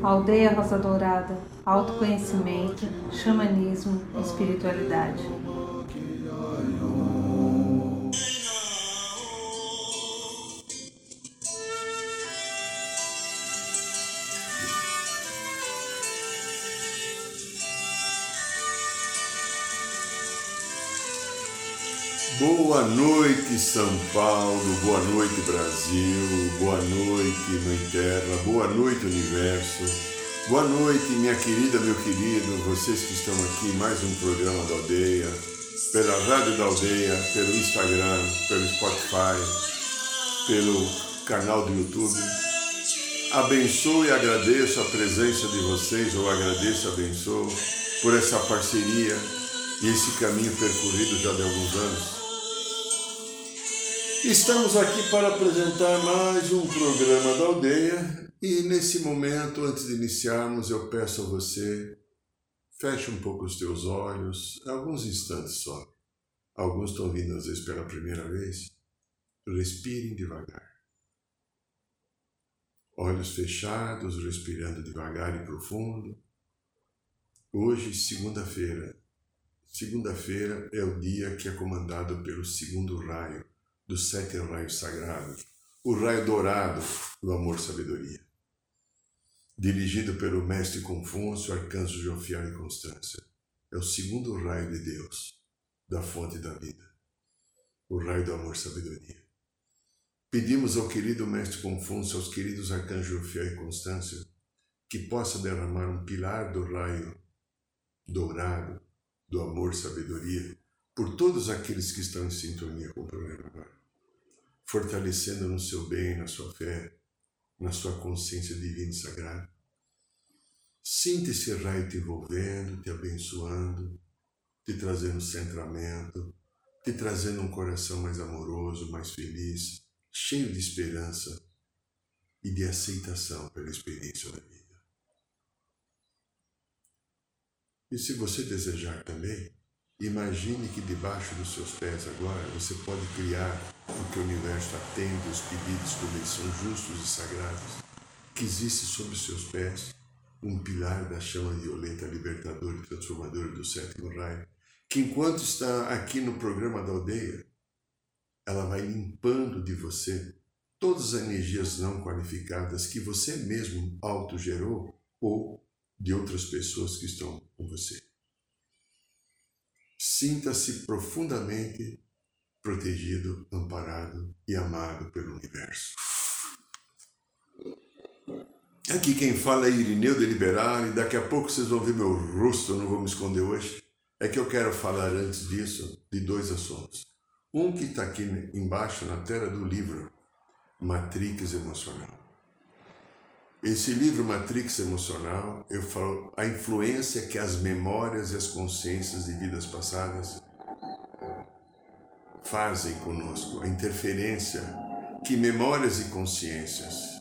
Aldeia Rosa Dourada, autoconhecimento, xamanismo, espiritualidade. Boa noite, São Paulo, boa noite, Brasil, boa noite, Mãe Terra, boa noite, Universo, boa noite, minha querida, meu querido, vocês que estão aqui em mais um programa da Aldeia, pela Rádio da Aldeia, pelo Instagram, pelo Spotify, pelo canal do YouTube. Abençoo e agradeço a presença de vocês, eu agradeço e abençoo por essa parceria e esse caminho percorrido já de alguns anos. Estamos aqui para apresentar mais um programa da Aldeia e nesse momento, antes de iniciarmos, eu peço a você, feche um pouco os teus olhos, alguns instantes só. Alguns estão vindo às vezes pela primeira vez. Respirem devagar. Olhos fechados, respirando devagar e profundo. Hoje, segunda-feira. Segunda-feira é o dia que é comandado pelo segundo raio dos 7 raios sagrados, o raio dourado do amor-sabedoria, dirigido pelo mestre Confúcio, arcanjo Jofiel e Constância. É o segundo raio de Deus, da fonte da vida, o raio do amor-sabedoria. Pedimos ao querido mestre Confúcio, aos queridos arcanjos Jofiel e Constância, que possa derramar um pilar do raio dourado do amor-sabedoria por todos aqueles que estão em sintonia com o programa agora, fortalecendo no seu bem, na sua fé, na sua consciência divina e sagrada. Sinta esse raio te envolvendo, te abençoando, te trazendo centramento, te trazendo um coração mais amoroso, mais feliz, cheio de esperança e de aceitação pela experiência da vida. E se você desejar também, imagine que debaixo dos seus pés agora você pode criar o que o universo atende, os pedidos, como eles são justos e sagrados, que existe sob os seus pés um pilar da chama violeta libertadora e transformadora do 7º raio, que enquanto está aqui no programa da Aldeia, ela vai limpando de você todas as energias não qualificadas que você mesmo autogerou ou de outras pessoas que estão com você. Sinta-se profundamente protegido, amparado e amado pelo universo. Aqui quem fala é Irineu de Liberale, e daqui a pouco vocês vão ver meu rosto, eu não vou me esconder hoje. É que eu quero falar antes disso de 2 assuntos. Um que está aqui embaixo na tela do livro, Matrix Emocional. Esse livro, Matrix Emocional, eu falo a influência que as memórias e as consciências de vidas passadas fazem conosco, a interferência que memórias e consciências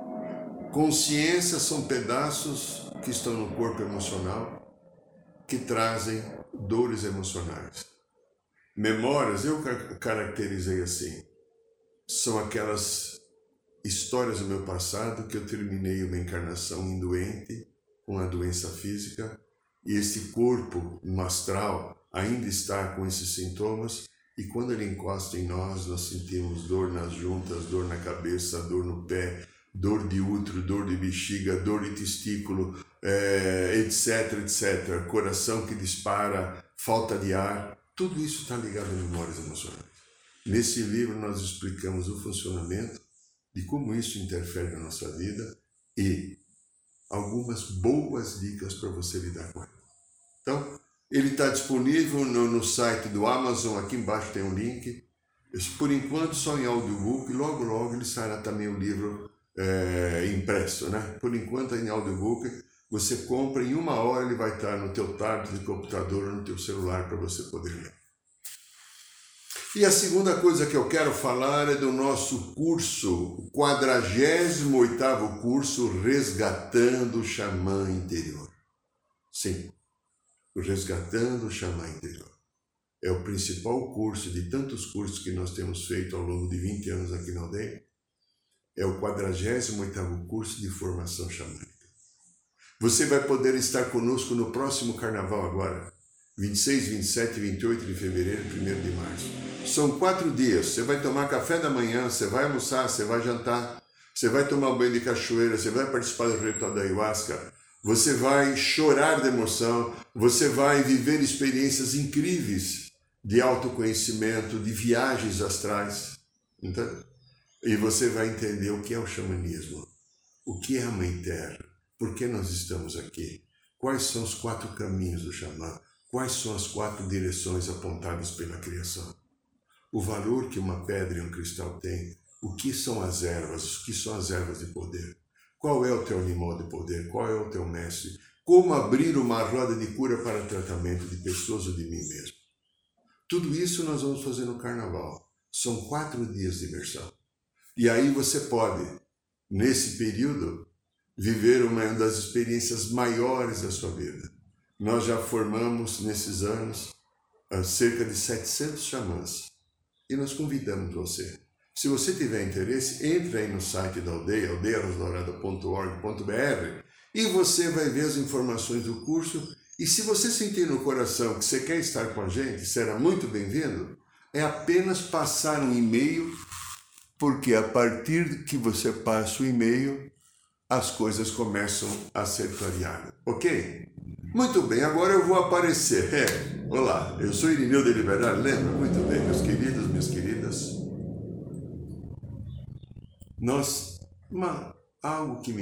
são pedaços que estão no corpo emocional que trazem dores emocionais. Memórias, eu caracterizei assim, são aquelas histórias do meu passado que eu terminei uma encarnação doente, com a doença física, e esse corpo no astral ainda está com esses sintomas, e quando ele encosta em nós, nós sentimos dor nas juntas, dor na cabeça, dor no pé, dor de útero, dor de bexiga, dor de testículo, etc, etc. Coração que dispara, falta de ar, tudo isso está ligado a memórias emocionais. Nesse livro nós explicamos o funcionamento de como isso interfere na nossa vida e algumas boas dicas para você lidar com ele. Então, ele está disponível no site do Amazon, aqui embaixo tem um link. Por enquanto só em audiobook, logo logo ele sairá também o livro impresso, né? Por enquanto em audiobook, você compra, em 1 hora ele vai estar no teu tablet, no computador ou no teu celular para você poder ler. E a segunda coisa que eu quero falar é do nosso curso, o 48º curso Resgatando o Xamã Interior. Sim, o Resgatando o Xamã Interior. É o principal curso de tantos cursos que nós temos feito ao longo de 20 anos aqui na Aldeia. É o 48º curso de formação xamânica. Você vai poder estar conosco no próximo carnaval agora, 26, 27 e 28 de fevereiro, 1º de março. São 4 dias, você vai tomar café da manhã, você vai almoçar, você vai jantar, você vai tomar um banho de cachoeira, você vai participar do ritual da ayahuasca, você vai chorar de emoção, você vai viver experiências incríveis de autoconhecimento, de viagens astrais, entende? E você vai entender o que é o xamanismo, o que é a Mãe Terra, por que nós estamos aqui, quais são os 4 caminhos do xamã, quais são as 4 direções apontadas pela criação, o valor que uma pedra e um cristal têm, o que são as ervas, o que são as ervas de poder, qual é o teu animal de poder, qual é o teu mestre, como abrir uma roda de cura para tratamento de pessoas ou de mim mesmo. Tudo isso nós vamos fazer no carnaval. São 4 dias de imersão. E aí você pode, nesse período, viver uma das experiências maiores da sua vida. Nós já formamos, nesses anos, cerca de 700 xamãs. E nós convidamos você. Se você tiver interesse, entre aí no site da aldeia, aldeiarosdourada.org.br, e você vai ver as informações do curso. E se você sentir no coração que você quer estar com a gente, será muito bem-vindo. É apenas passar um e-mail, porque a partir que você passa o e-mail, as coisas começam a ser clareadas. Ok? Muito bem, agora eu vou aparecer. Olá, eu sou Irineu de Liberdade, lembra? Muito bem, meus queridos, minhas queridas. Algo que me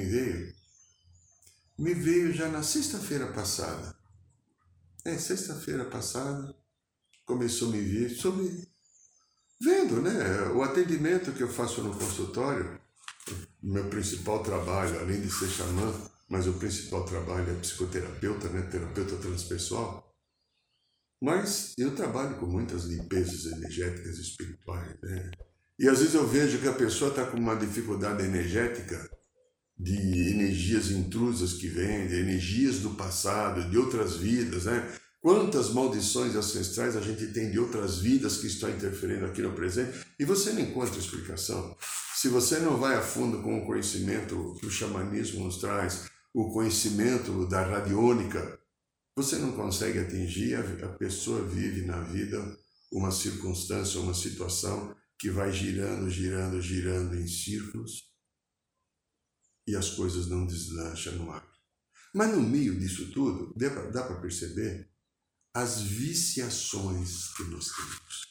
veio já na sexta-feira passada. Sexta-feira passada, começou a me vir vendo, né? O atendimento que eu faço no consultório, meu principal trabalho, além de ser xamã, mas o principal trabalho é psicoterapeuta, né? Terapeuta transpessoal. Mas eu trabalho com muitas limpezas energéticas e espirituais, né? E às vezes eu vejo que a pessoa está com uma dificuldade energética, de energias intrusas que vêm, de energias do passado, de outras vidas, né? Quantas maldições ancestrais a gente tem de outras vidas que estão interferindo aqui no presente, e você não encontra explicação. Se você não vai a fundo com o conhecimento que o xamanismo nos traz, o conhecimento da radiônica, você não consegue atingir. A pessoa vive na vida uma circunstância, uma situação que vai girando, girando, girando em círculos, e as coisas não deslancham no ar. Mas no meio disso tudo, dá para perceber as viciações que nós temos.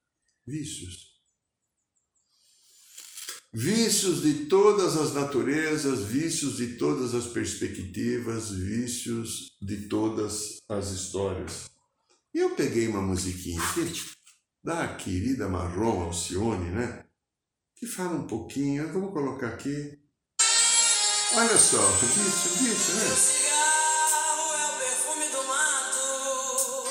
Vícios de todas as naturezas, vícios de todas as perspectivas, vícios de todas as histórias. E eu peguei uma musiquinha aqui, da querida Marrom Alcione, né? Que fala um pouquinho, vamos colocar aqui. Olha só, vício, né? O cigarro é o perfume do mato,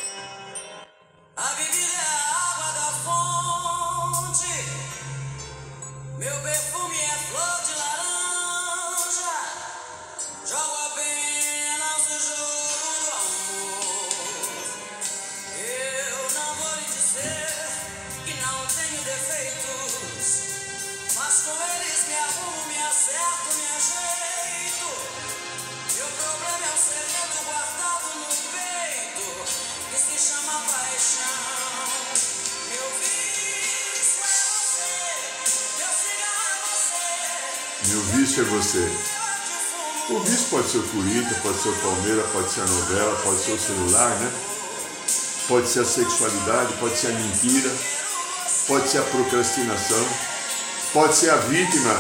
a bebida é a água da fonte, meu perfume é flor de laranja, jogo apenas o jogo do amor. Eu não vou lhe dizer que não tenho defeitos, mas com eles me arrumo, me acerto, me ajeito. Meu problema é um segredo guardado no peito, que se chama paixão. Meu vício é você, meu cigarro é você. Meu vício é você. O vício pode ser o Corinthians, pode ser o Palmeiras, pode ser a novela, pode ser o celular, né? Pode ser a sexualidade, pode ser a mentira, pode ser a procrastinação, pode ser a vítima.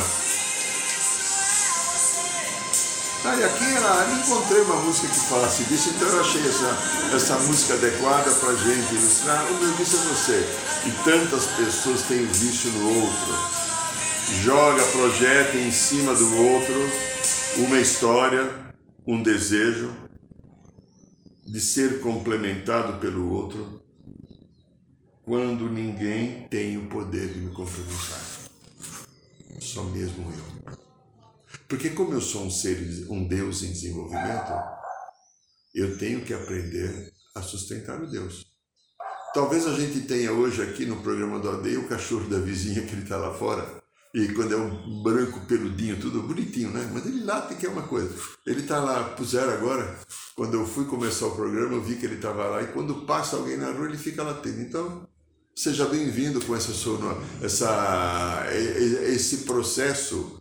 E aqui eu encontrei uma música que falasse disso, então eu achei essa música adequada para a gente ilustrar. O meu vício é você. E tantas pessoas têm vício no outro. Joga, projeta em cima do outro uma história, um desejo de ser complementado pelo outro, quando ninguém tem o poder de me complementar. Só mesmo eu. Porque como eu sou um Deus em desenvolvimento, eu tenho que aprender a sustentar o Deus. Talvez a gente tenha hoje aqui no programa do Aldeia o cachorro da vizinha que ele está lá fora, E quando é um branco peludinho, tudo bonitinho, né? Mas ele late que é uma coisa. Ele está lá, puseram agora, quando eu fui começar o programa, eu vi que ele estava lá, e quando passa alguém na rua, ele fica latendo. Então, seja bem-vindo com esse processo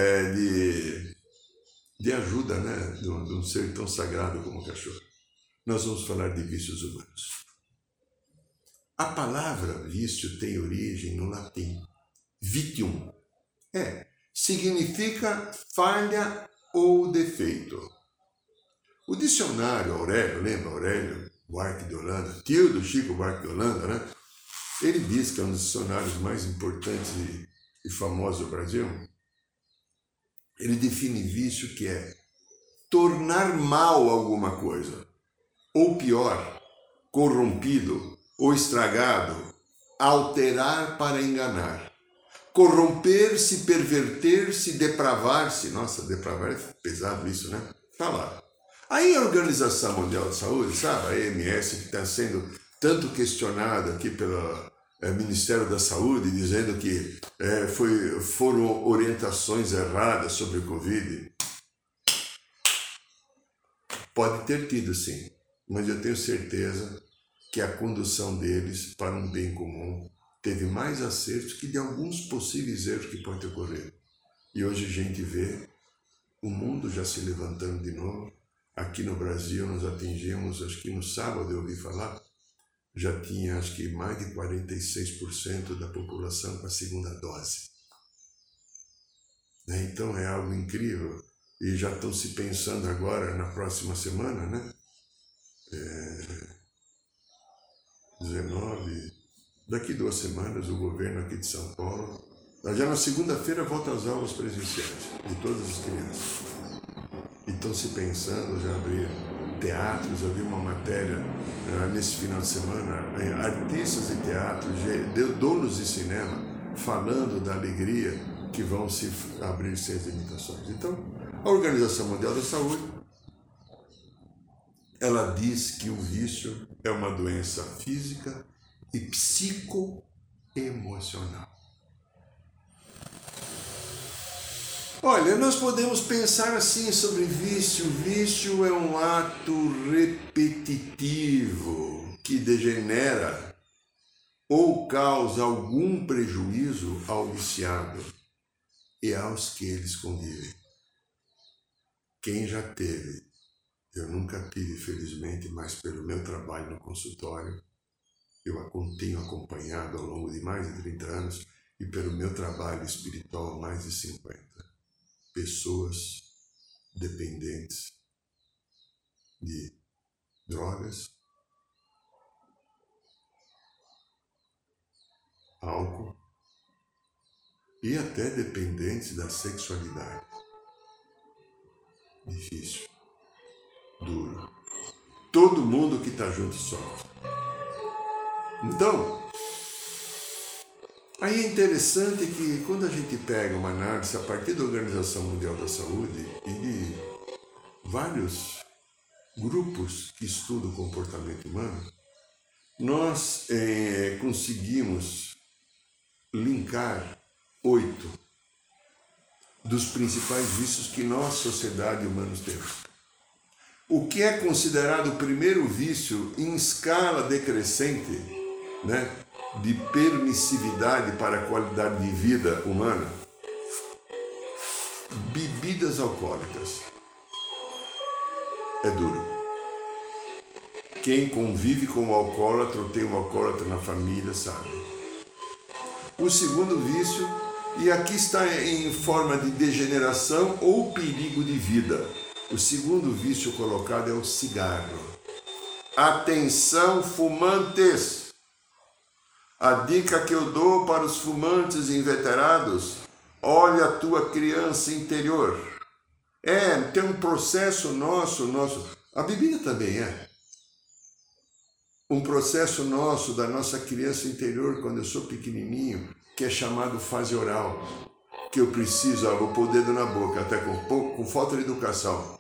de ajuda, né? De um ser tão sagrado como o cachorro. Nós vamos falar de vícios humanos. A palavra vício tem origem no latim. Vitium. Significa falha ou defeito. O dicionário Aurélio, lembra Aurélio Buarque de Holanda, tio do Chico Buarque de Holanda, né? Ele diz que é um dos dicionários mais importantes e famosos do Brasil. Ele define vício que é tornar mal alguma coisa, ou pior, corrompido ou estragado, alterar para enganar. Corromper-se, perverter-se, depravar-se. Nossa, depravar é pesado isso, né? Tá lá. Aí a Organização Mundial de Saúde, sabe? A OMS, que está sendo tanto questionada aqui pelo Ministério da Saúde, dizendo que foram orientações erradas sobre o Covid. Pode ter tido, sim, mas eu tenho certeza que a condução deles para um bem comum teve mais acertos que de alguns possíveis erros que podem ocorrer. E hoje a gente vê o mundo já se levantando de novo. Aqui no Brasil nós atingimos, acho que no sábado eu ouvi falar, já tinha acho que mais de 46% da população com a segunda dose. Então é algo incrível. E já estão se pensando agora na próxima semana, né? 19... Daqui 2 semanas, o governo aqui de São Paulo, já na segunda-feira, volta às aulas presenciais de todas as crianças. E estão se pensando, já abrir teatros, eu vi uma matéria nesse final de semana, artistas de teatro, donos de cinema, falando da alegria que vão se abrir sem as limitações. Então, a Organização Mundial da Saúde, ela diz que o vício é uma doença física e psicoemocional. Olha, nós podemos pensar assim sobre vício. Vício é um ato repetitivo que degenera ou causa algum prejuízo ao viciado e aos que eles convivem. Quem já teve, eu nunca tive, felizmente, mas pelo meu trabalho no consultório, eu tenho acompanhado ao longo de mais de 30 anos e pelo meu trabalho espiritual mais de 50. Pessoas dependentes de drogas, álcool e até dependentes da sexualidade. Difícil, duro. Todo mundo que está junto sofre. Então, aí é interessante que quando a gente pega uma análise a partir da Organização Mundial da Saúde e de vários grupos que estudam o comportamento humano, nós conseguimos linkar 8 dos principais vícios que nós, sociedade e humanos, temos. O que é considerado o primeiro vício em escala decrescente, né, de permissividade para a qualidade de vida humana? Bebidas alcoólicas. É duro. Quem convive com o alcoólatra ou tem um alcoólatra na família sabe. O segundo vício, e aqui está em forma de degeneração ou perigo de vida. O segundo vício colocado é o cigarro. Atenção, fumantes! A dica que eu dou para os fumantes inveterados: olha a tua criança interior. Tem um processo nosso. A bebida também é. Um processo nosso, da nossa criança interior, quando eu sou pequenininho, que é chamado fase oral. Que eu preciso, vou pôr o dedo na boca, até com falta de educação.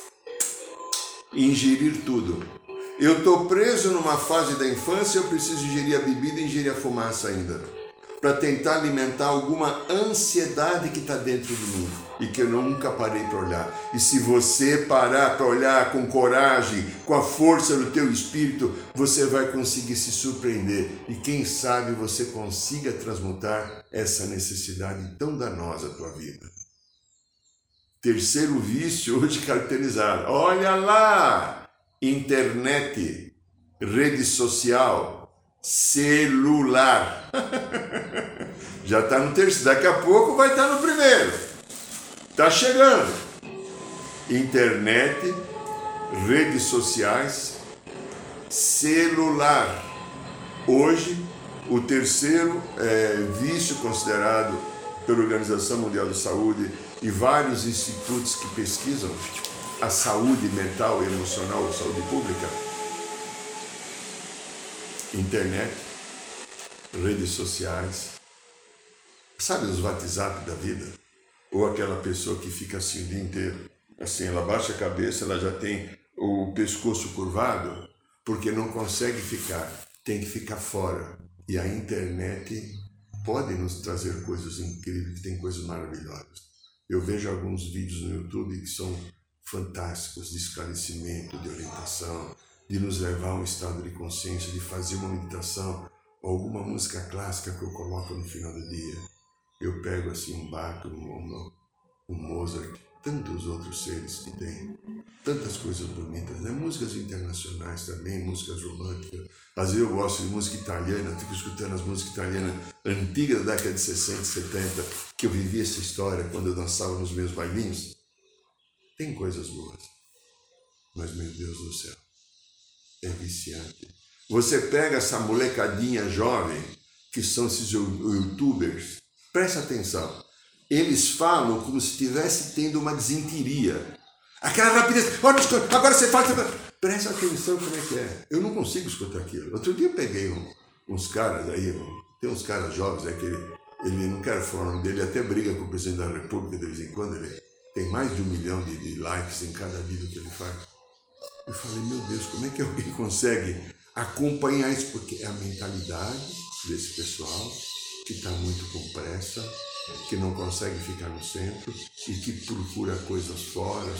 Ingerir tudo. Eu estou preso numa fase da infância, eu preciso ingerir a bebida e ingerir a fumaça ainda. para tentar alimentar alguma ansiedade que está dentro de mim e que eu nunca parei para olhar. E se você parar para olhar com coragem, com a força do teu espírito, você vai conseguir se surpreender e quem sabe você consiga transmutar essa necessidade tão danosa da tua vida. Terceiro vício hoje caracterizado. Olha lá! Internet, rede social, celular. Já está no terceiro, daqui a pouco vai estar no primeiro. Está chegando. Internet, redes sociais, celular. Hoje, o terceiro vício considerado pela Organização Mundial da Saúde e vários institutos que pesquisam a saúde mental e emocional, a saúde pública. Internet, redes sociais, sabe os WhatsApp da vida? Ou aquela pessoa que fica assim o dia inteiro, assim, ela baixa a cabeça, ela já tem o pescoço curvado, porque não consegue ficar, tem que ficar fora. E a internet pode nos trazer coisas incríveis, tem coisas maravilhosas. Eu vejo alguns vídeos no YouTube que são fantásticos, de esclarecimento, de orientação, de nos levar a um estado de consciência, de fazer uma meditação, ou alguma música clássica que eu coloco no final do dia. Eu pego assim um Bach, um Mozart, tantos outros seres que têm, tantas coisas bonitas, né? Músicas internacionais também, músicas românticas. Às vezes eu gosto de música italiana, fico escutando as músicas italianas antigas da década de 60, 70, que eu vivi essa história quando eu dançava nos meus bailinhos. Tem coisas boas, mas meu Deus do céu, é viciante. Você pega essa molecadinha jovem, que são esses youtubers, presta atenção, eles falam como se estivesse tendo uma desinteria. Aquela rapidez, agora você fala, presta atenção como é que é. Eu não consigo escutar aquilo. Outro dia eu peguei uns caras aí, tem uns caras jovens aí que ele não quero falar o nome dele, até briga com o presidente da República de vez em quando, ele tem mais de 1 milhão de likes em cada vídeo que ele faz. Eu falei, meu Deus, como é que alguém consegue acompanhar isso? Porque é a mentalidade desse pessoal que está muito com pressa, que não consegue ficar no centro e que procura coisas fora,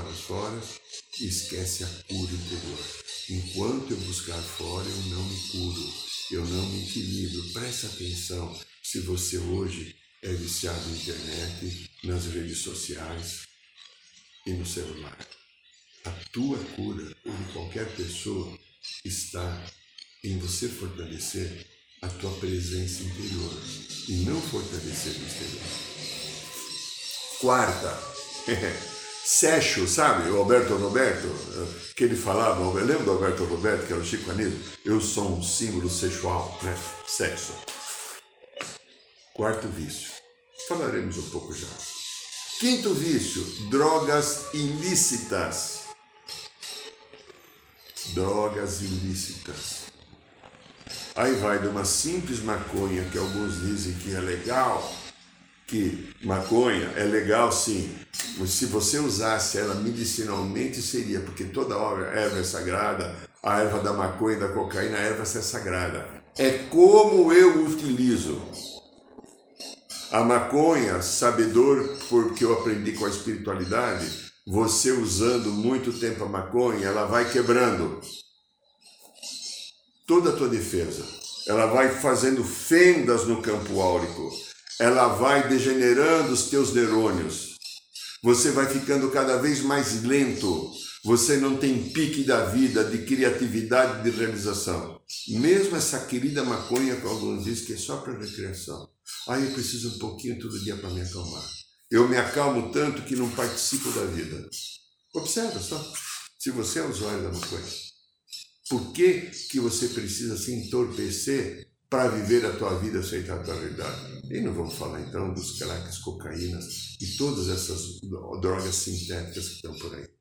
e esquece a cura interior. Enquanto eu buscar fora, eu não me curo, eu não me equilibro. Presta atenção, se você hoje é viciado na internet, nas redes sociais e no celular. A tua cura, ou de qualquer pessoa, está em você fortalecer a tua presença interior e não fortalecer o exterior. Quarta, Seixo, sabe? O Alberto Roberto, que ele falava, eu lembro do Alberto Roberto, que era o Chico Anísio, eu sou um símbolo sexual, né? Sexo. Quarto vício. Falaremos um pouco já. Quinto vício, drogas ilícitas. Drogas ilícitas. Aí vai de uma simples maconha, que alguns dizem que é legal, que maconha é legal sim, mas se você usasse ela medicinalmente seria, porque toda erva é sagrada, a erva da maconha e da cocaína, a erva é sagrada. É como eu utilizo. A maconha, sabedor, porque eu aprendi com a espiritualidade, você usando muito tempo a maconha, ela vai quebrando toda a tua defesa, ela vai fazendo fendas no campo áurico, ela vai degenerando os teus neurônios, você vai ficando cada vez mais lento, você não tem pique da vida, de criatividade, de realização. Mesmo essa querida maconha que alguns dizem que é só para recreação. Eu preciso um pouquinho todo dia para me acalmar. Eu me acalmo tanto que não participo da vida. Observa só, se você é usuário da maconha, por que você precisa se entorpecer para viver a tua vida e aceitar a tua realidade? E não vamos falar então dos cracks, cocaínas e todas essas drogas sintéticas que estão por aí.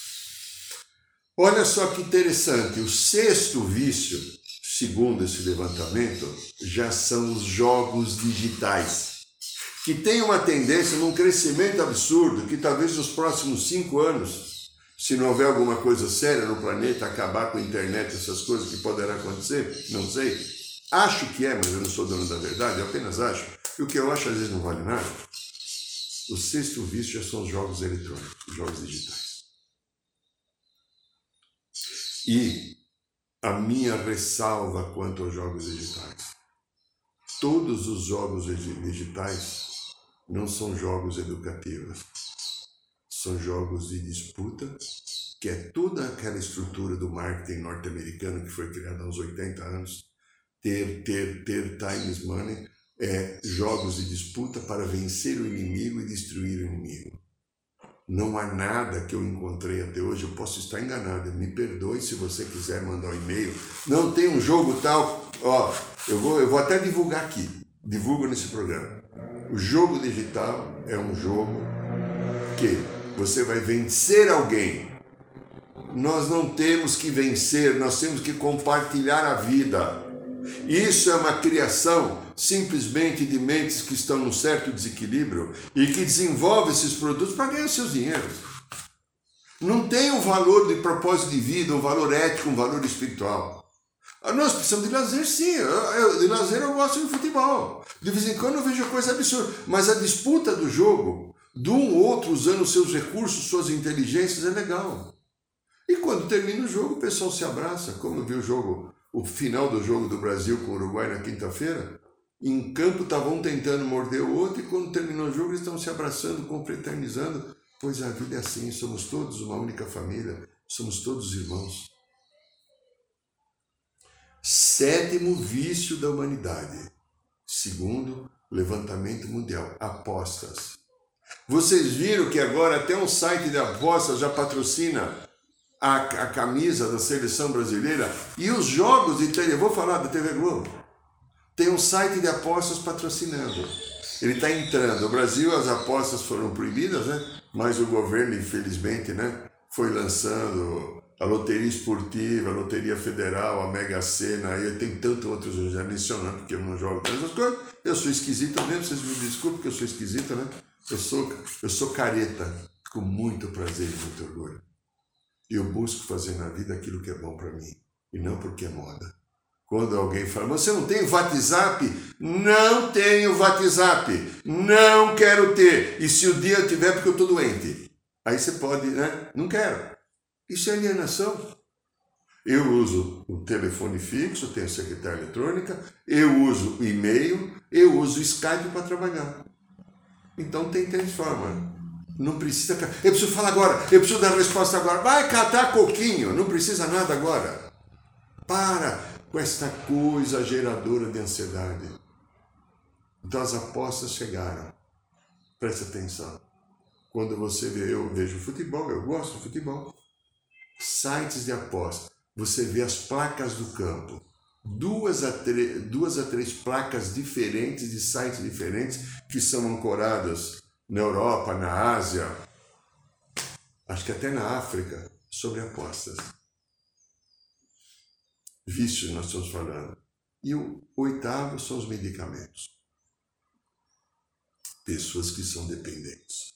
Olha só que interessante, o sexto vício, segundo esse levantamento, já são os jogos digitais, que tem uma tendência num crescimento absurdo, que talvez nos próximos 5 anos, se não houver alguma coisa séria no planeta, acabar com a internet, essas coisas que poderão acontecer, não sei, Acho que é, mas eu não sou dono da verdade, eu apenas acho. E o que eu acho às vezes não vale nada. O sexto vício já são os jogos eletrônicos, os jogos digitais. E a minha ressalva quanto aos jogos digitais. Todos os jogos digitais não são jogos educativos. São jogos de disputa, que é toda aquela estrutura do marketing norte-americano que foi criada há uns 80 anos. Ter time is money, jogos de disputa para vencer o inimigo e destruir o inimigo. Não há nada que eu encontrei até hoje, eu posso estar enganado, me perdoe se você quiser mandar um e-mail. Não tem um jogo tal, eu vou até divulgar aqui, divulgo nesse programa. O jogo digital é um jogo que você vai vencer alguém. Nós não temos que vencer, nós temos que compartilhar a vida. Isso é uma criação simplesmente de mentes que estão num certo desequilíbrio e que desenvolvem esses produtos para ganhar seus dinheiros. Não tem um valor de propósito de vida, um valor ético, um valor espiritual. Nós precisamos de lazer, sim. De lazer eu gosto de futebol. De vez em quando eu vejo coisa absurda. Mas a disputa do jogo, de um ou outro usando seus recursos, suas inteligências, é legal. E quando termina o jogo, o pessoal se abraça. Como eu vi o final do jogo do Brasil com o Uruguai na quinta-feira, em campo estavam um tentando morder o outro e quando terminou o jogo eles estão se abraçando, confraternizando, pois a vida é assim, somos todos uma única família, somos todos irmãos. Sétimo vício da humanidade, segundo levantamento mundial, apostas. Vocês viram que agora até um site de apostas já patrocina a camisa da seleção brasileira e os jogos de TV, eu vou falar da TV Globo, tem um site de apostas patrocinando. Ele está entrando. No Brasil as apostas foram proibidas, né? Mas o governo, infelizmente, né, foi lançando a loteria esportiva, a loteria federal, a Mega Sena, e tem tantos outros, eu já mencionando, porque eu não jogo todas as coisas. Eu sou esquisito mesmo, vocês me desculpem que eu sou esquisito, né? Eu sou careta, com muito prazer e muito orgulho. E eu busco fazer na vida aquilo que é bom para mim, e não porque é moda. Quando alguém fala, você não tem WhatsApp? Não tenho WhatsApp, não quero ter. E se o dia eu tiver, porque eu estou doente. Aí você pode, né? Não quero. Isso é alienação. Eu uso o telefone fixo, tenho secretária eletrônica, eu uso o e-mail, eu uso o Skype para trabalhar. Então tem forma. Não precisa... Eu preciso falar agora, eu preciso dar resposta agora. Vai catar coquinho, não precisa nada agora. Para com esta coisa geradora de ansiedade. Então as apostas chegaram. Preste atenção. Quando você vê, eu vejo futebol, eu gosto de futebol. Sites de aposta. Você vê as placas do campo. Duas a três placas diferentes de sites diferentes que são ancoradas na Europa, na Ásia, acho que até na África, sobre apostas. Vícios nós estamos falando. E o oitavo são os medicamentos. Pessoas que são dependentes.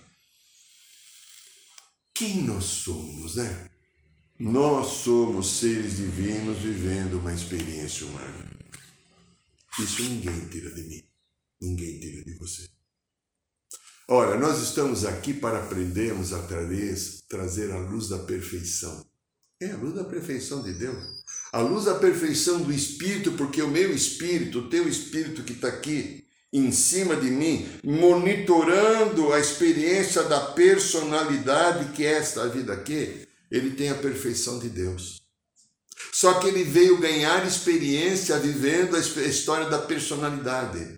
Quem nós somos, né? Nós somos seres divinos vivendo uma experiência humana. Isso ninguém tira de mim. Ninguém tira de você. Ora, nós estamos aqui para aprendermos a trazer a luz da perfeição. É a luz da perfeição de Deus. A luz da perfeição do Espírito, porque o meu Espírito, o teu Espírito que está aqui em cima de mim, monitorando a experiência da personalidade que é esta vida aqui, ele tem a perfeição de Deus. Só que ele veio ganhar experiência vivendo a história da personalidade.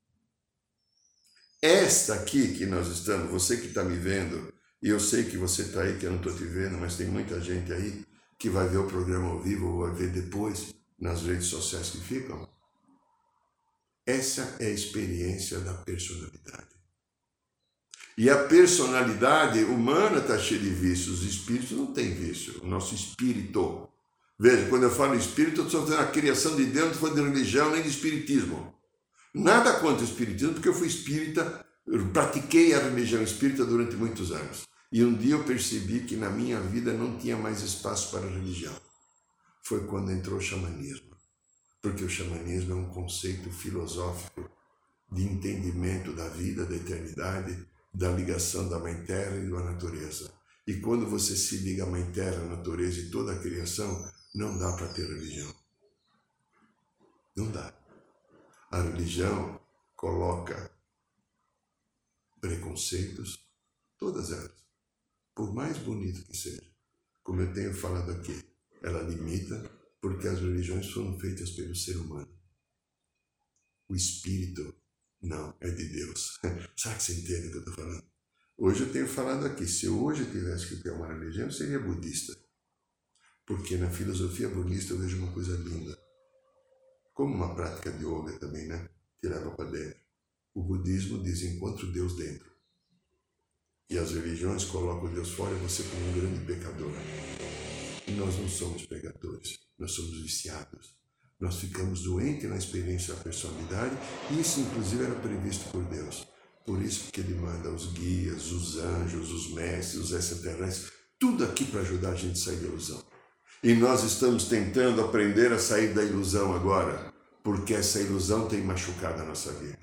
Esta aqui que nós estamos, você que está me vendo, e eu sei que você está aí, que eu não estou te vendo, mas tem muita gente aí que vai ver o programa ao vivo ou vai ver depois nas redes sociais que ficam. Essa é a experiência da personalidade. E a personalidade humana está cheia de vícios, os espíritos não têm vício, o nosso espírito. Veja, quando eu falo espírito, eu estou falando a criação de Deus, não estou falando de religião nem de espiritismo. Nada contra o espiritismo, porque eu fui espírita, eu pratiquei a religião espírita durante muitos anos. E um dia eu percebi que na minha vida não tinha mais espaço para a religião. Foi quando entrou o xamanismo. Porque o xamanismo é um conceito filosófico de entendimento da vida, da eternidade, da ligação da Mãe Terra e da natureza. E quando você se liga à Mãe Terra, à natureza e toda a criação, não dá para ter religião. Não dá. A religião coloca preconceitos, todas elas, por mais bonito que seja. Como eu tenho falado aqui, ela limita porque as religiões foram feitas pelo ser humano. O espírito não é de Deus. Sabe que você entende o que eu estou falando? Hoje eu tenho falado aqui, se hoje eu tivesse que ter uma religião, eu seria budista. Porque na filosofia budista eu vejo uma coisa linda. Como uma prática de yoga também, né? Que leva para dentro. O budismo diz, encontre o Deus dentro. E as religiões colocam Deus fora e você como um grande pecador. E nós não somos pecadores, nós somos viciados. Nós ficamos doentes na experiência da personalidade e isso inclusive era previsto por Deus. Por isso que Ele manda os guias, os anjos, os mestres, os extraterrestres, tudo aqui para ajudar a gente a sair da ilusão. E nós estamos tentando aprender a sair da ilusão agora, porque essa ilusão tem machucado a nossa vida.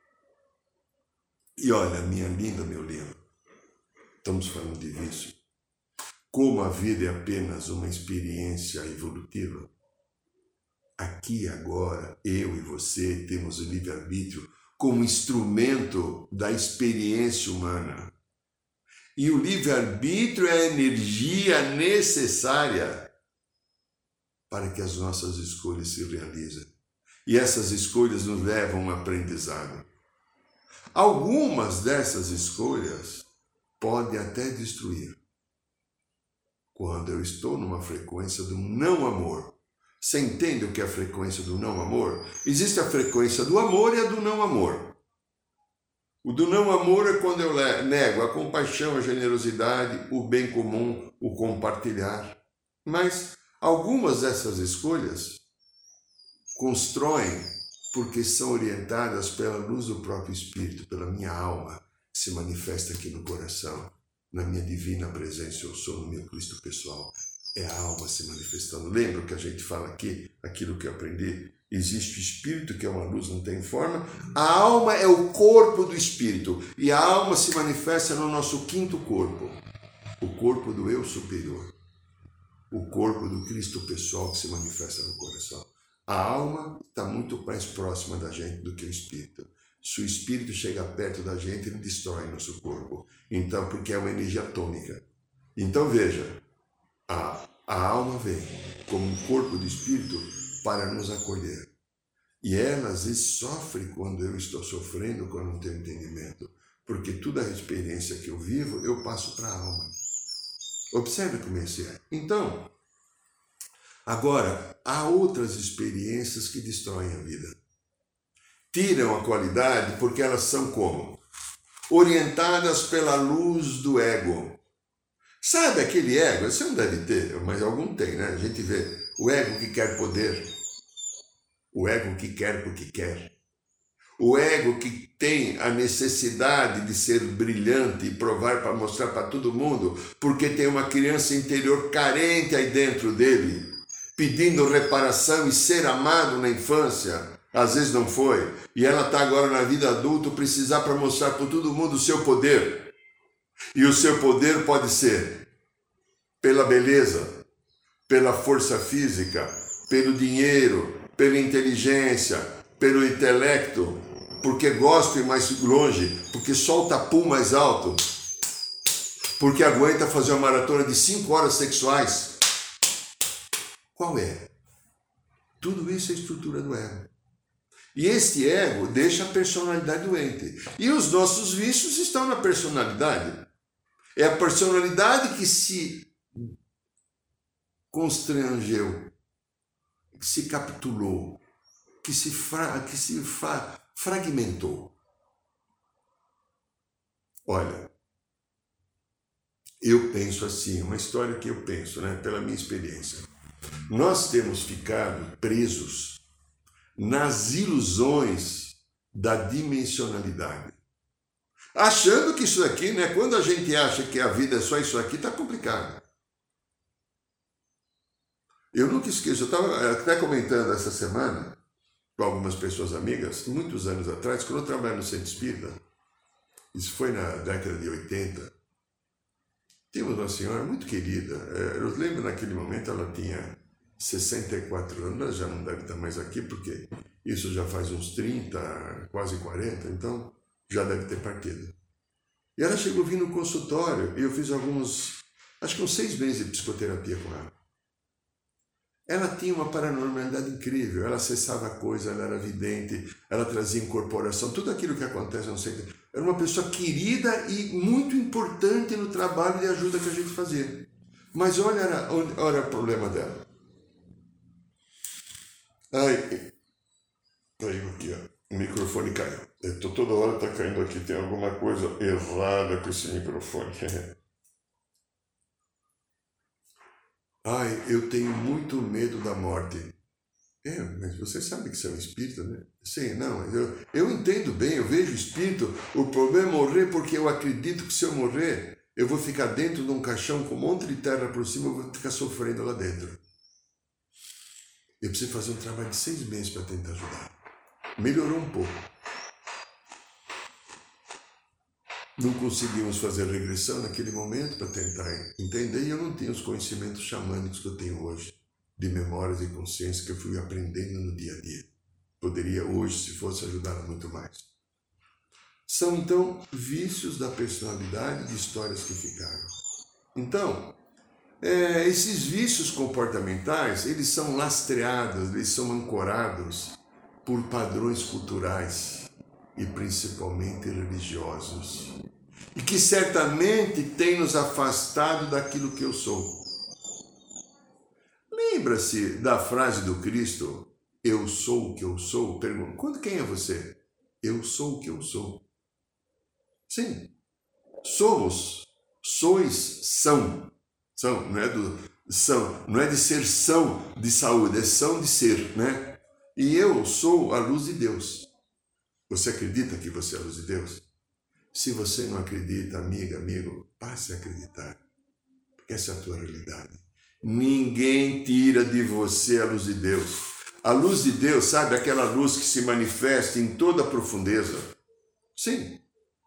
E olha, minha linda, meu lindo, estamos falando de vício. Como a vida é apenas uma experiência evolutiva, aqui agora, eu e você temos o livre-arbítrio como instrumento da experiência humana. E o livre-arbítrio é a energia necessária para que as nossas escolhas se realizem. E essas escolhas nos levam a um aprendizado. Algumas dessas escolhas podem até destruir. Quando eu estou numa frequência do não amor. Você entende o que é a frequência do não amor? Existe a frequência do amor e a do não amor. O do não amor é quando eu nego a compaixão, a generosidade, o bem comum, o compartilhar. Mas algumas dessas escolhas constroem porque são orientadas pela luz do próprio Espírito, pela minha alma, que se manifesta aqui no coração, na minha divina presença, eu sou no meu Cristo pessoal. É a alma se manifestando. Lembra que a gente fala aqui, aquilo que eu aprendi? Existe o Espírito, que é uma luz, não tem forma. A alma é o corpo do Espírito. E a alma se manifesta no nosso quinto corpo. O corpo do eu superior. O corpo do Cristo pessoal que se manifesta no coração. A alma está muito mais próxima da gente do que o Espírito. Se o Espírito chega perto da gente, ele destrói nosso corpo. Então, porque é uma energia atômica. Então, veja. A alma vem como um corpo de espírito para nos acolher. E ela às vezes sofre quando eu estou sofrendo, quando não tenho entendimento. Porque toda a experiência que eu vivo, eu passo para a alma. Observe como isso é. Então, agora, há outras experiências que destroem a vida. Tiram a qualidade porque elas são como? Orientadas pela luz do ego. Sabe aquele ego? Você não deve ter, mas algum tem, né? A gente vê o ego que quer poder, o ego que quer porque quer, o ego que tem a necessidade de ser brilhante e provar para mostrar para todo mundo, porque tem uma criança interior carente aí dentro dele, pedindo reparação e ser amado na infância, às vezes não foi, e ela está agora na vida adulta, precisar para mostrar para todo mundo o seu poder. E o seu poder pode ser pela beleza, pela força física, pelo dinheiro, pela inteligência, pelo intelecto, porque gosta ir mais longe, porque solta pum mais alto, porque aguenta fazer uma maratona de 5 horas sexuais. Qual é? Tudo isso é estrutura do ego. E este ego deixa a personalidade doente. E os nossos vícios estão na personalidade. É a personalidade que se constrangeu, que se capitulou, que se fragmentou. Olha, eu penso assim, uma história que eu penso, né, pela minha experiência. Nós temos ficado presos nas ilusões da dimensionalidade. Achando que isso aqui, né? Quando a gente acha que a vida é só isso aqui, está complicado. Eu nunca esqueço, eu estava até comentando essa semana com algumas pessoas amigas, muitos anos atrás, quando eu trabalhava no Centro Espírita, isso foi na década de 80, tínhamos uma senhora muito querida, eu lembro naquele momento ela tinha 64 anos, ela já não deve estar mais aqui, porque isso já faz uns 30, quase 40, então já deve ter partido. E ela chegou a vir no consultório e eu fiz acho que uns 6 meses de psicoterapia com ela. Ela tinha uma paranormalidade incrível, ela acessava a coisa, ela era vidente, ela trazia incorporação, tudo aquilo que acontece, eu não sei. Era uma pessoa querida e muito importante no trabalho de ajuda que a gente fazia. Mas olha o problema dela. Caiu aqui, ó. O microfone caiu. Toda hora está caindo aqui, tem alguma coisa errada com esse microfone. Eu tenho muito medo da morte. Mas você sabe que você é um espírito, né? Sim, não, eu entendo bem, eu vejo espírito. O problema é morrer porque eu acredito que se eu morrer, eu vou ficar dentro de um caixão com um monte de terra por cima, eu vou ficar sofrendo lá dentro. Eu preciso fazer um trabalho de 6 meses para tentar ajudar. Melhorou um pouco. Não conseguimos fazer regressão naquele momento para tentar entender, e eu não tinha os conhecimentos xamânicos que eu tenho hoje, de memórias e consciência que eu fui aprendendo no dia a dia. Poderia hoje, se fosse, ajudá-la muito mais. São, então, vícios da personalidade de histórias que ficaram. Então, esses vícios comportamentais, eles são lastreados, eles são ancorados por padrões culturais e principalmente religiosos, e que certamente tem nos afastado daquilo que eu sou. Lembra-se da frase do Cristo, eu sou o que eu sou? Pergunta, quem é você? Eu sou o que eu sou. Sim, somos, sois, são, não é de ser são de saúde, é são de ser, né? E eu sou a luz de Deus. Você acredita que você é a luz de Deus? Se você não acredita, amiga, amigo, passe a acreditar. Porque essa é a tua realidade. Ninguém tira de você a luz de Deus. A luz de Deus, sabe, aquela luz que se manifesta em toda a profundeza. Sim.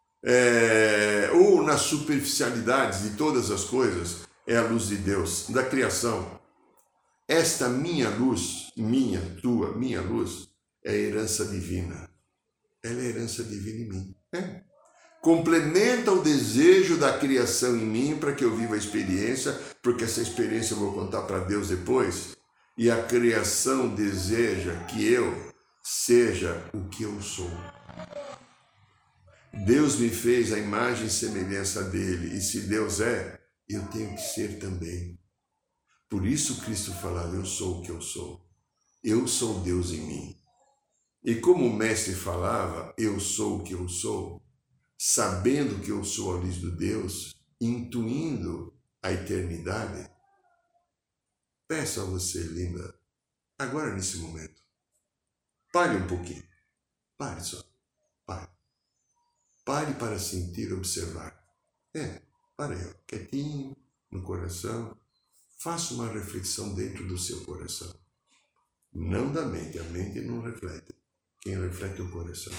Ou nas superficialidades de todas as coisas, é a luz de Deus, da criação. Esta minha luz, minha luz, é a herança divina. Ela é a herança divina em mim. Complementa o desejo da criação em mim para que eu viva a experiência, porque essa experiência eu vou contar para Deus depois. E a criação deseja que eu seja o que eu sou. Deus me fez a imagem e semelhança dele, e se Deus é, eu tenho que ser também. Por isso Cristo falava, eu sou o que eu sou. Eu sou Deus em mim. E como o mestre falava, eu sou o que eu sou, sabendo que eu sou a luz do Deus, intuindo a eternidade, peço a você, linda, agora nesse momento, pare um pouquinho, pare só, pare. Pare para sentir e observar. Pare aí, quietinho, no coração, faça uma reflexão dentro do seu coração. Não da mente, a mente não reflete. Quem reflete é o coração.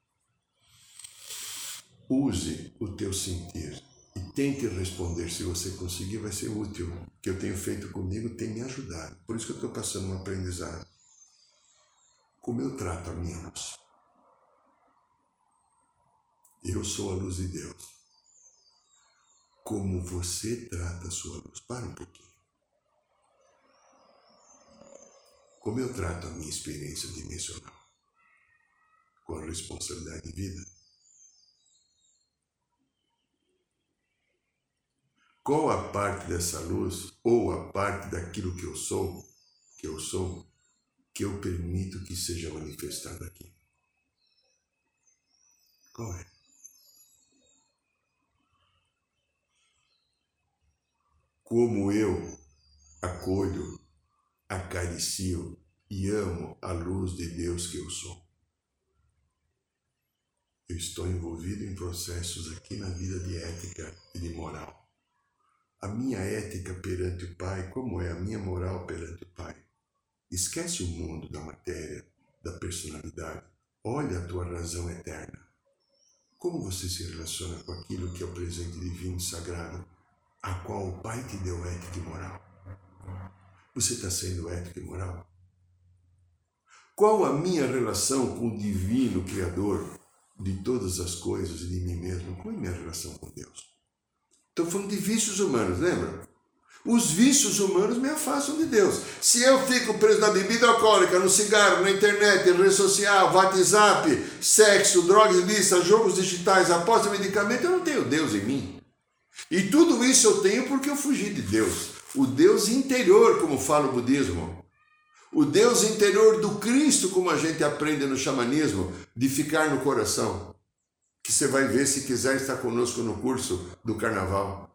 Use o teu sentir e tente responder. Se você conseguir, vai ser útil. O que eu tenho feito comigo tem me ajudado. Por isso que eu estou passando um aprendizado. Como eu trato a minha luz? Eu sou a luz de Deus. Como você trata a sua luz? Para um pouquinho. Como eu trato a minha experiência dimensional? Com a responsabilidade de vida? Qual a parte dessa luz, ou a parte daquilo que eu sou, que eu permito que seja manifestada aqui? Qual é? Como eu acolho, acaricio e amo a luz de Deus que eu sou? Eu estou envolvido em processos aqui na vida de ética e de moral. a minha ética perante o Pai, como é a minha moral perante o Pai. Esquece o mundo da matéria, da personalidade. Olha a tua razão eterna. Como você se relaciona com aquilo que é o presente divino sagrado, a qual o Pai te deu ética e moral? Você está sendo ético e moral? Qual a minha relação com o divino Criador de todas as coisas e de mim mesmo? Qual é a minha relação com Deus? Estou falando de vícios humanos, lembra? Os vícios humanos me afastam de Deus. Se eu fico preso na bebida alcoólica, no cigarro, na internet, na rede social, WhatsApp, sexo, drogas ilícitas, jogos digitais, aposta em medicamento, eu não tenho Deus em mim. E tudo isso eu tenho porque eu fugi de Deus. O Deus interior, como fala o budismo. O Deus interior do Cristo, como a gente aprende no xamanismo, de ficar no coração. Que você vai ver se quiser estar conosco no curso do Carnaval.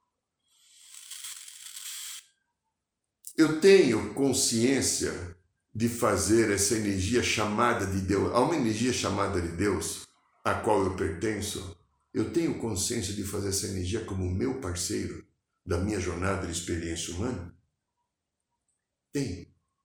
Eu tenho consciência de fazer essa energia chamada de Deus. Há uma energia chamada de Deus, a qual eu pertenço. Eu tenho consciência de fazer essa energia como meu parceiro da minha jornada de experiência humana? Tenho.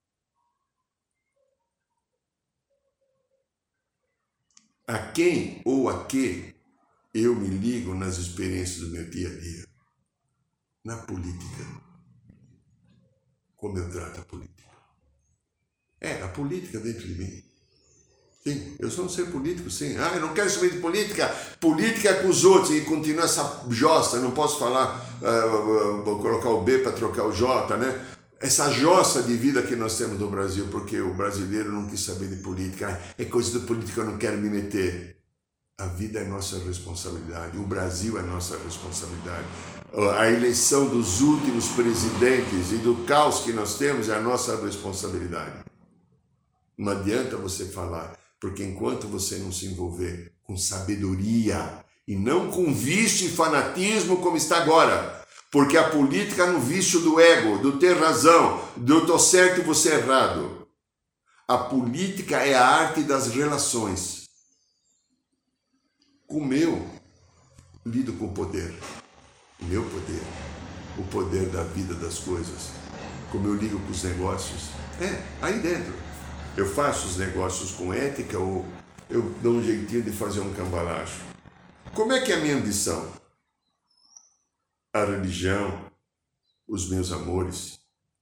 A quem ou a que eu me ligo nas experiências do meu dia a dia? Na política. Como eu trato a política? A política dentro de mim. Sim, eu sou um ser político, sim. Eu não quero saber de política. Política é com os outros. E continua essa jossa, eu não posso falar, vou colocar o B para trocar o J, né? Essa jossa de vida que nós temos no Brasil, porque o brasileiro não quis saber de política. É coisa do político, eu não quero me meter. A vida é nossa responsabilidade. O Brasil é nossa responsabilidade. A eleição dos últimos presidentes e do caos que nós temos é a nossa responsabilidade. Não adianta você falar, porque enquanto você não se envolver com sabedoria e não com vício e fanatismo como está agora, porque a política no vício do ego, do ter razão, do eu tô certo e você errado. A política é a arte das relações. Como eu lido com o poder, o meu poder, o poder da vida das coisas, como eu ligo com os negócios, aí dentro. Eu faço os negócios com ética ou eu dou um jeitinho de fazer um cambalacho? Como é que é a minha ambição? A religião, os meus amores.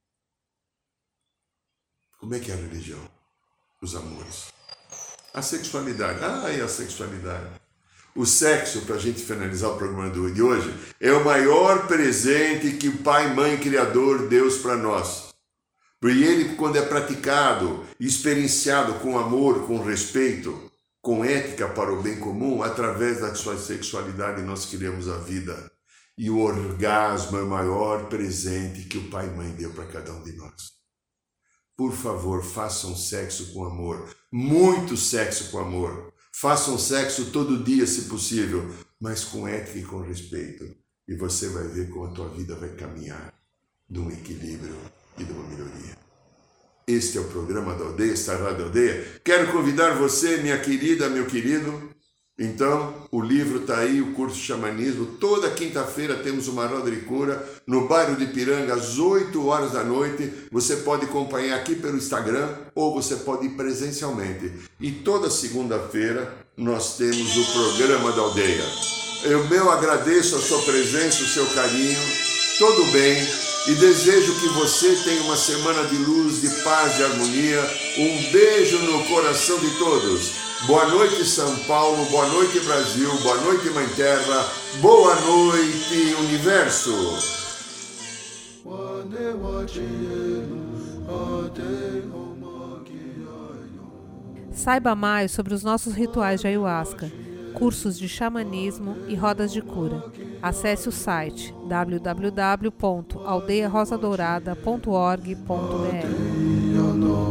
Como é que é a religião? Os amores. A sexualidade. E a sexualidade. O sexo, para a gente finalizar o programa de hoje, é o maior presente que o Pai, Mãe, Criador, Deus para nós. Porque ele, quando é praticado, experienciado com amor, com respeito, com ética para o bem comum, através da sua sexualidade nós criamos a vida. E o orgasmo é o maior presente que o Pai e Mãe deu para cada um de nós. Por favor, façam sexo com amor. Muito sexo com amor. Façam sexo todo dia, se possível, mas com ética e com respeito. E você vai ver como a tua vida vai caminhar de um equilíbrio e de uma melhoria. Este é o programa da Aldeia, esta Rádio Aldeia. Quero convidar você, minha querida, meu querido. Então, o livro está aí, o curso de xamanismo. Toda quinta-feira temos uma roda de cura no bairro de Ipiranga, às 8 horas da noite. Você pode acompanhar aqui pelo Instagram ou você pode ir presencialmente. E toda segunda-feira nós temos o programa da Aldeia. Eu agradeço a sua presença, o seu carinho, todo bem. E desejo que você tenha uma semana de luz, de paz, de harmonia. Um beijo no coração de todos. Boa noite, São Paulo. Boa noite, Brasil. Boa noite, Mãe Terra. Boa noite, Universo. Saiba mais sobre os nossos rituais de ayahuasca, cursos de xamanismo e rodas de cura. Acesse o site www.aldeiarosadourada.org.br.